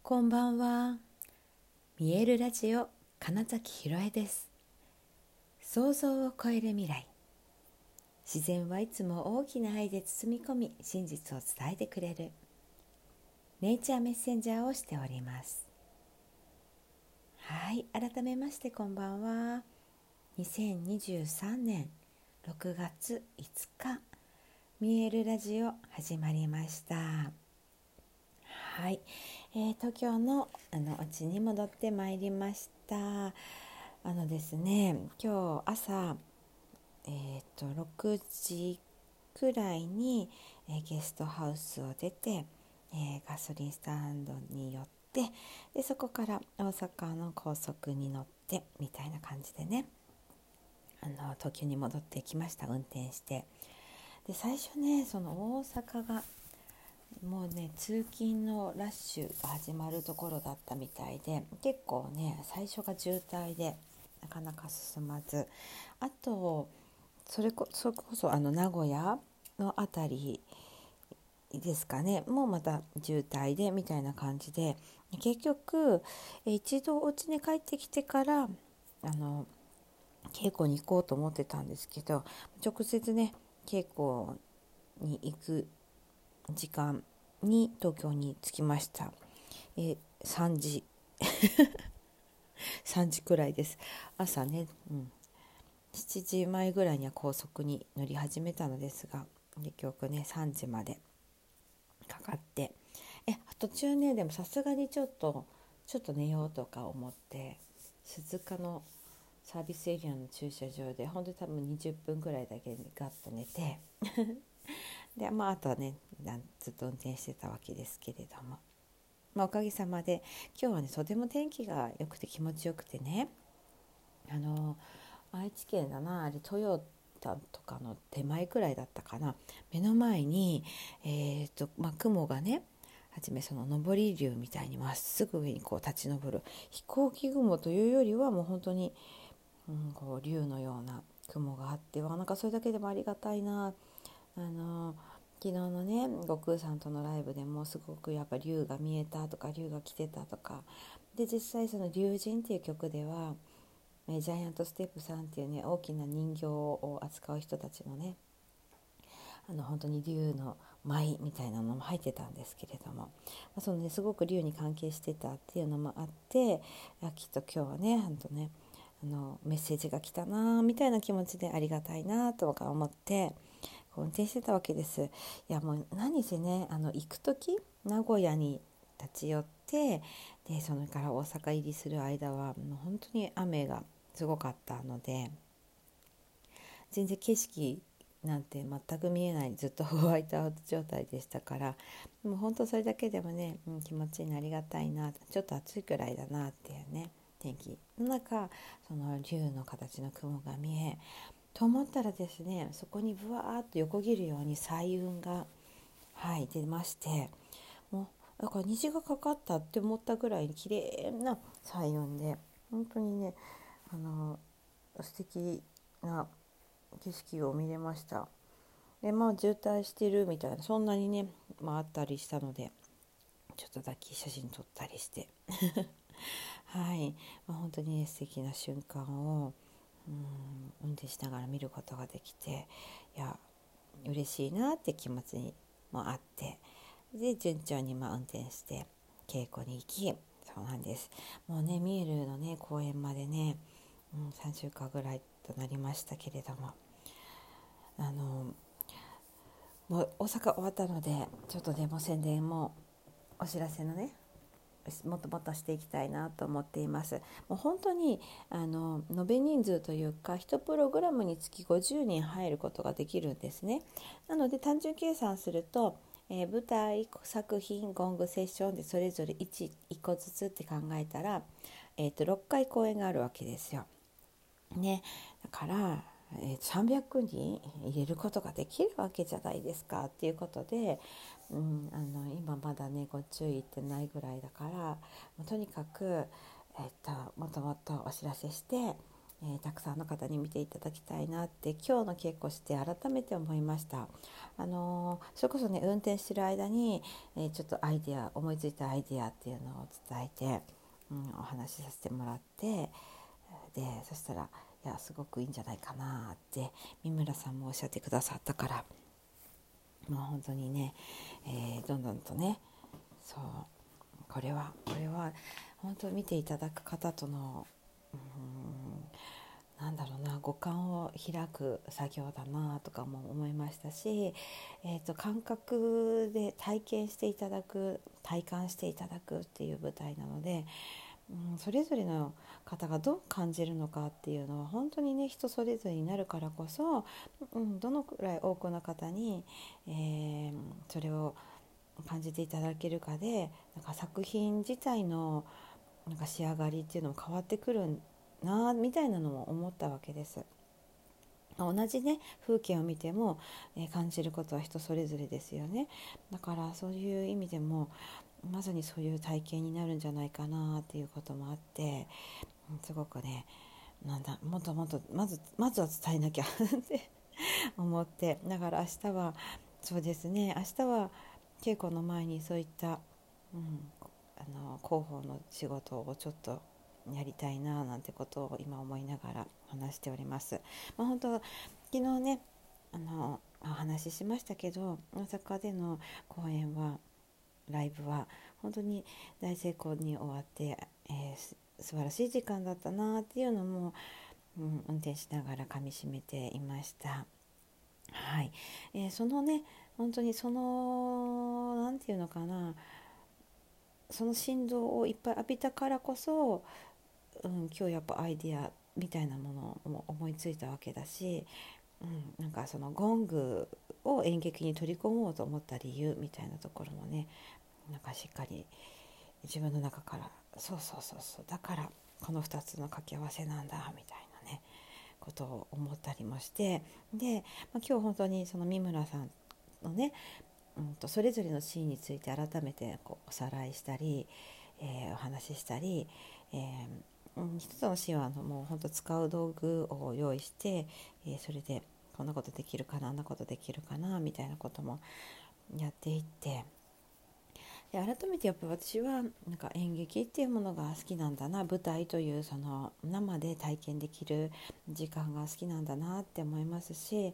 こんばんは。見えるラジオ金崎ひろえです。想像を超える未来。自然はいつも大きな愛で包み込み、真実を伝えてくれるネイチャーメッセンジャーをしております。はい、改めましてこんばんは。2023年6月5日、見えるラジオ始まりました。はい、東京のお家に戻ってまいりました。ですね、今日朝、6時くらいに、ゲストハウスを出て、ガソリンスタンドに寄って、でそこから大阪の高速に乗ってみたいな感じでね、東京に戻ってきました。運転して、で最初ね、その大阪がもうね、通勤のラッシュが始まるところだったみたいで、結構ね最初が渋滞でなかなか進まず、あとそれこそ名古屋のあたりですかね、もうまた渋滞でみたいな感じで、結局一度お家に帰ってきてから稽古に行こうと思ってたんですけど、直接ね稽古に行く時間に東京に着きました。3時3時くらいです。朝ね、7時前ぐらいには高速に乗り始めたのですが、結局ね3時までかかって、途中ね、でもさすがにちょっと寝ようとか思って鈴鹿のサービスエリアの駐車場で本当に多分20分くらいだけガッと寝てで、あとはねずっと運転してたわけですけれども、おかげさまで今日はねとても天気が良くて気持ちよくてね、愛知県だな、あれ豊田とかの手前くらいだったかな、目の前に、雲がね、はじめその上り竜みたいにまっすぐ上にこう立ち上る飛行機雲というよりはもう本当に、こう竜のような雲があって、なんかそれだけでもありがたいな。昨日のね悟空さんとのライブでもすごくやっぱ竜が見えたとか竜が来てたとかで、実際その竜神っていう曲ではジャイアントステップさんっていうね大きな人形を扱う人たちのね、本当に竜の舞みたいなのも入ってたんですけれども、そのねすごく竜に関係してたっていうのもあって、きっと今日はね本当ねメッセージが来たなみたいな気持ちでありがたいなとか思って運転してたわけです。いやもう何せね行く時名古屋に立ち寄って、でそれから大阪入りする間はもう本当に雨がすごかったので、全然景色なんて全く見えない、ずっとホワイトアウト状態でしたから、もう本当それだけでもね、気持ちになりがたいな、ちょっと暑いくらいだなっていうね天気の中、その竜の形の雲が見えと思ったらですね、そこにブワーッと横切るように彩雲が、出まして、もうだから虹がかかったって思ったぐらい綺麗な彩雲で、本当にね素敵な景色を見れました。で渋滞してるみたいなそんなにね、あったりしたのでちょっとだけ写真撮ったりしてはい、本当に、ね、素敵な瞬間を運転しながら見ることができて、いや嬉しいなって気持ちもあって、で順調に運転して稽古に行き、そうなんです。もうねミエルのね公演までね、3週間ぐらいとなりましたけれども、もう大阪終わったので、ちょっとでも宣伝もお知らせのねもっともっとしていきたいなと思っています。もう本当に延べ人数というか1プログラムにつき50人入ることができるんですね。なので単純計算すると、舞台作品ゴングセッションでそれぞれ 1個ずつって考えたら、6回公演があるわけですよ。ね、だから300人入れることができるわけじゃないですかっていうことで、今まだねご注意ってないぐらいだから、とにかく、もっともっとお知らせして、 たくさんの方に見ていただきたいなって今日の稽古して改めて思いました。それこそね運転してる間に、ちょっと思いついたアイデアっていうのを伝えて、お話しさせてもらって、でそしたらいやすごくいいんじゃないかなって三村さんもおっしゃってくださったから、もう本当にね、どんどんとね、そうこれは本当に見ていただく方とのなんだろうな、五感を開く作業だなとかも思いましたし、感覚で体感していただくっていう舞台なので、それぞれの方がどう感じるのかっていうのは本当にね人それぞれになるからこそ、どのくらい多くの方に、それを感じていただけるかで、なんか作品自体のなんか仕上がりっていうのも変わってくるなみたいなのも思ったわけです。同じね風景を見ても、感じることは人それぞれですよね。だからそういう意味でもまさにそういう体験になるんじゃないかなっていうこともあって、すごくねもっともっとまずは伝えなきゃって思って、だから明日はそうですね、明日は稽古の前にそういった、広報の仕事をちょっとやりたいななんてことを今思いながら話しております。本当昨日ねお話ししましたけど、大阪での公演はライブは本当に大成功に終わって、素晴らしい時間だったなっていうのも、運転しながらかみしめていました。はい、そのね本当にそのなんていうのかな、その振動をいっぱい浴びたからこそ、今日やっぱアイデアみたいなものも思いついたわけだし、なんかそのゴングを演劇に取り込もうと思った理由みたいなところもね、なんかしっかり自分の中からそうだからこの2つの掛け合わせなんだみたいなねことを思ったりもして、で、今日本当にその三村さんのね、それぞれのシーンについて改めてこうおさらいしたり、お話ししたり、一つのシーンはもう本当使う道具を用意して、それでこんなことできるかなあんなことできるかなみたいなこともやっていって、で改めてやっぱり私はなんか演劇っていうものが好きなんだな、舞台というその生で体験できる時間が好きなんだなって思いますし、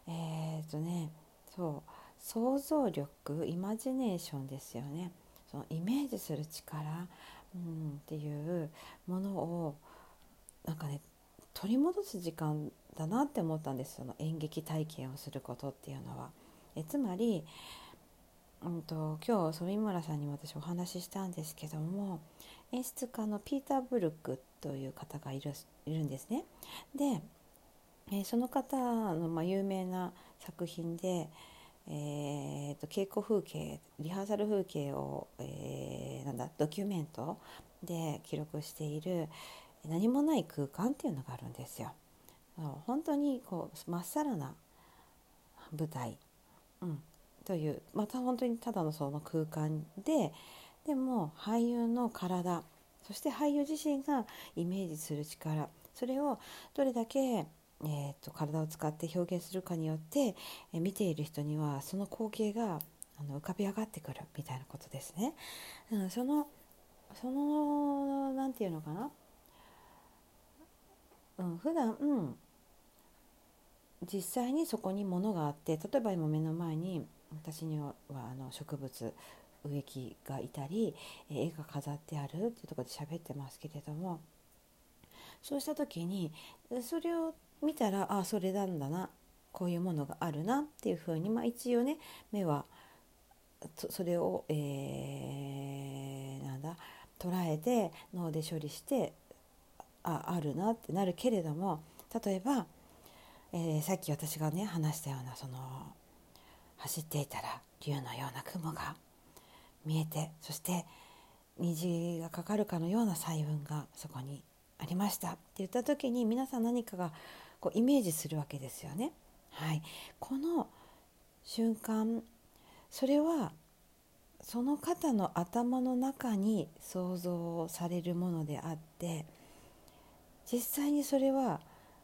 そう想像力イマジネーションですよね。そのイメージする力、っていうものをなんかね取り戻す時間だなって思ったんです。その演劇体験をすることっていうのは。つまり今日三村さんにも私お話ししたんですけども、演出家のピーター・ブルックという方がいるんですね。で、その方の、有名な作品で、稽古風景リハーサル風景を、ドキュメントで記録している何もない空間っていうのがあるんですよ。本当にこうまっさらな舞台、というまた本当にただのその空間で、でも俳優の体、そして俳優自身がイメージする力、それをどれだけ、体を使って表現するかによって、見ている人にはその光景が浮かび上がってくるみたいなことですね。そのなんていうのかな、普段、実際にそこに物があって、例えば今目の前に私には植物植木がいたり絵が飾ってあるっていうところで喋ってますけれども、そうした時にそれを見たらそれなんだな、こういうものがあるなっていうふうに、一応ね目はそれを、捉えて脳で処理してあるなってなるけれども、例えば、さっき私がね話したようなその走っていたら竜のような雲が見えて、そして虹がかかるかのような彩雲がそこにありましたって言った時に、皆さん何かがこうイメージするわけですよね。はい、この瞬間、それはその方の頭の中に想像されるものであって、 実際にそれは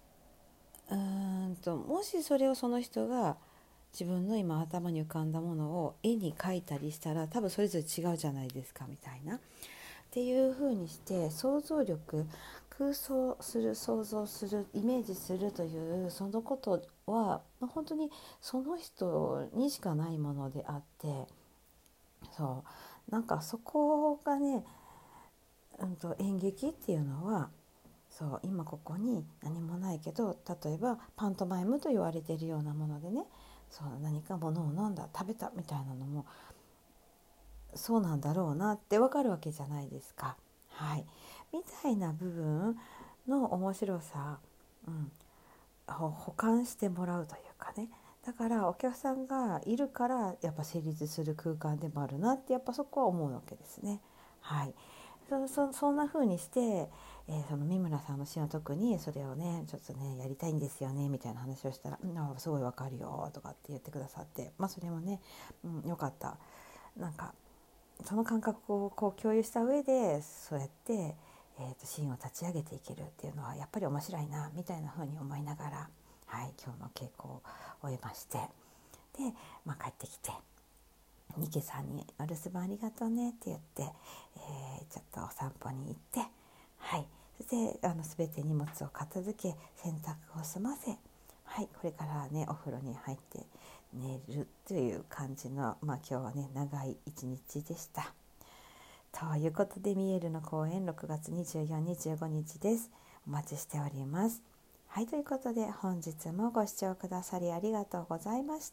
もしそれをその人が自分の今頭に浮かんだものを絵に描いたりしたら多分それぞれ違うじゃないですかみたいなっていう風にして想像力、空想する、想像する、イメージするというそのことは本当にその人にしかないものであって、そうなんかそこがね、演劇っていうのはそう今ここに何もないけど、例えばパントマイムと言われているようなものでね、そう何かものを飲んだ食べたみたいなのもそうなんだろうなってわかるわけじゃないですか。はい、みたいな部分の面白さ、補完してもらうというかね、だからお客さんがいるからやっぱ成立する空間でもあるなってやっぱそこは思うわけですね。はい、そんな風にして、その三村さんのシーンは特にそれをねちょっとねやりたいんですよねみたいな話をしたらすごいわかるよとかって言ってくださって、それもね、よかった。なんかその感覚をこう共有した上でそうやって、シーンを立ち上げていけるっていうのはやっぱり面白いなみたいな風に思いながら、今日の稽古を終えまして、で、帰ってきてニケさんに「お留守番ありがとうね」って言って、ちょっとお散歩に行って、そして全て荷物を片付け洗濯を済ませ、これからねお風呂に入って寝るという感じの、今日はね長い一日でした。ということでミエルの公演6月24、25日です。お待ちしております。ということで本日もご視聴くださりありがとうございました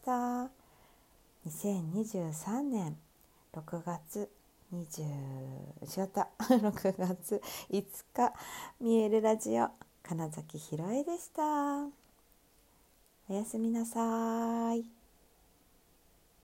。2023年6月6月5日見えるラジオ金崎ひろえでした。おやすみなさい。